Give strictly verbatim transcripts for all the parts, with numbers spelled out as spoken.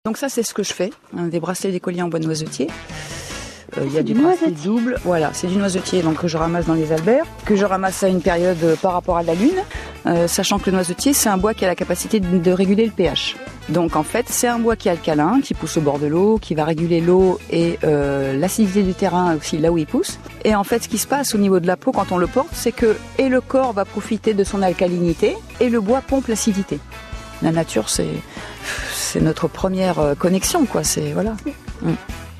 Donc ça, c'est ce que je fais, hein, des bracelets, des colliers en bois de noisetier. Euh, il y a du bracelet double, voilà, c'est du noisetier donc que je ramasse dans les alberts, que je ramasse à une période euh, par rapport à la lune, euh, sachant que le noisetier, c'est un bois qui a la capacité de, de réguler le pH. Donc en fait, c'est un bois qui est alcalin, qui pousse au bord de l'eau, qui va réguler l'eau et euh, l'acidité du terrain aussi là où il pousse. Et en fait, ce qui se passe au niveau de la peau quand on le porte, c'est que et le corps va profiter de son alcalinité et le bois pompe l'acidité. La nature, c'est c'est notre première connexion, quoi. C'est voilà. Mm.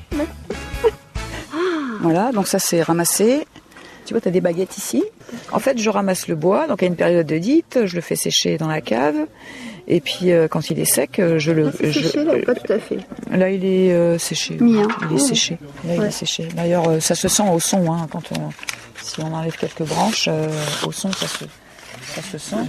Voilà, donc ça c'est ramassé. Tu vois, tu as des baguettes ici. En fait, je ramasse le bois, donc à une période de dite, je le fais sécher dans la cave. Et puis euh, quand il est sec, je le. Là, c'est séché, je, là, pas tout à fait. Là, il est euh, séché. Mien. Il est Oh. séché. Là, Ouais. il est séché. D'ailleurs, euh, ça se sent au son, hein, quand on, si on enlève quelques branches, euh, au son, ça se, ça se sent.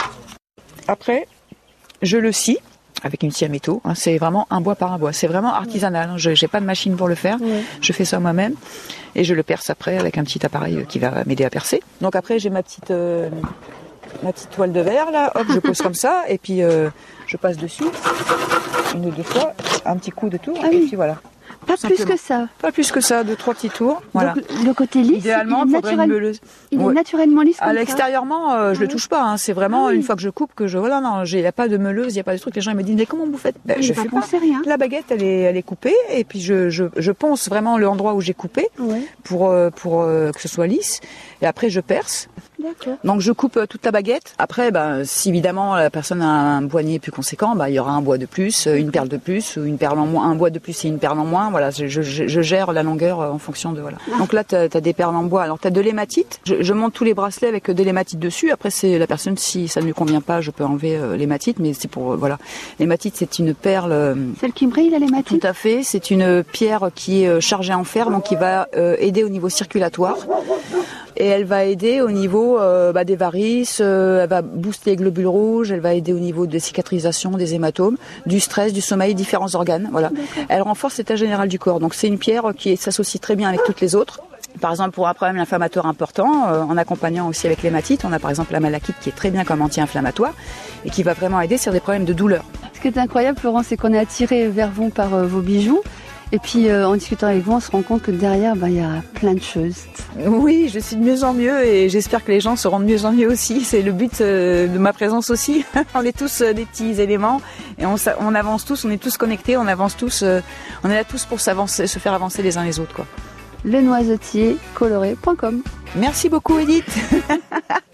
Après, je le scie avec une scie à métaux. Hein, c'est vraiment un bois par un bois. C'est vraiment artisanal. Hein, je n'ai pas de machine pour le faire. Ouais. Je fais ça moi-même et je le perce après avec un petit appareil qui va m'aider à percer. Donc après, j'ai ma petite, euh, ma petite toile de verre là. Hop, je pose comme ça et puis euh, je passe dessus une ou deux fois, un petit coup de tour Ah et oui. puis voilà. Pas Tout plus simplement. que ça. Pas plus que ça, deux trois petits tours. Voilà. Donc, le côté lisse, Idéalement, il il est, faudrait une naturel- meuleuse. il Ouais. est naturellement lisse comme À ça. l'extérieurement, euh, je Ah le oui. touche pas. Hein. C'est vraiment Ah oui. une fois que je coupe que je voilà non, il n'y a pas de meuleuse, il n'y a pas de truc. Les gens ils me disent mais comment vous faites ben, Ah, je j'ai pas fais pas. pensé rien. La baguette elle est elle est coupée et puis je je, je ponce vraiment l'endroit où j'ai coupé Ouais. pour euh, pour euh, que ce soit lisse. Et après je perce. D'accord. Donc je coupe euh, toute la baguette. Après, ben, si évidemment la personne a un poignet plus conséquent, ben, il y aura un bois de plus, euh, une perle de plus, ou une perle en moins, un bois de plus et une perle en moins. Voilà, je, je, je gère la longueur euh, en fonction de voilà. Donc là, tu as des perles en bois. Alors tu as de l'hématite. Je, je monte tous les bracelets avec de l'hématite dessus. Après, c'est la personne, si ça ne lui convient pas, je peux enlever euh, l'hématite, mais c'est pour euh, voilà. L'hématite, c'est une perle. euh, Celle qui brille, la lématite. Tout à fait. C'est une pierre qui est euh, chargée en fer, donc qui va euh, aider au niveau circulatoire. Et elle va aider au niveau euh, bah, des varices, euh, elle va booster les globules rouges, elle va aider au niveau des cicatrisations, des hématomes, du stress, du sommeil, différents organes. Voilà. Elle renforce l'état général du corps. Donc c'est une pierre qui s'associe très bien avec toutes les autres. Par exemple, pour un problème inflammatoire important, euh, en accompagnant aussi avec l'hématite, on a par exemple la malachite qui est très bien comme anti-inflammatoire et qui va vraiment aider sur des problèmes de douleur. Ce qui est incroyable, Florence, c'est qu'on est attiré vers vous par euh, vos bijoux. Et puis, euh, en discutant avec vous, on se rend compte que derrière, bah, il y a plein de choses. Oui, je suis de mieux en mieux et j'espère que les gens seront de mieux en mieux aussi. C'est le but euh, de ma présence aussi. On est tous euh, des petits éléments et on, s'a- on avance tous, on est tous connectés, on avance tous, euh, on est là tous pour s'avancer, se faire avancer les uns les autres, quoi. le noisetier coloré point com. Merci beaucoup, Edith.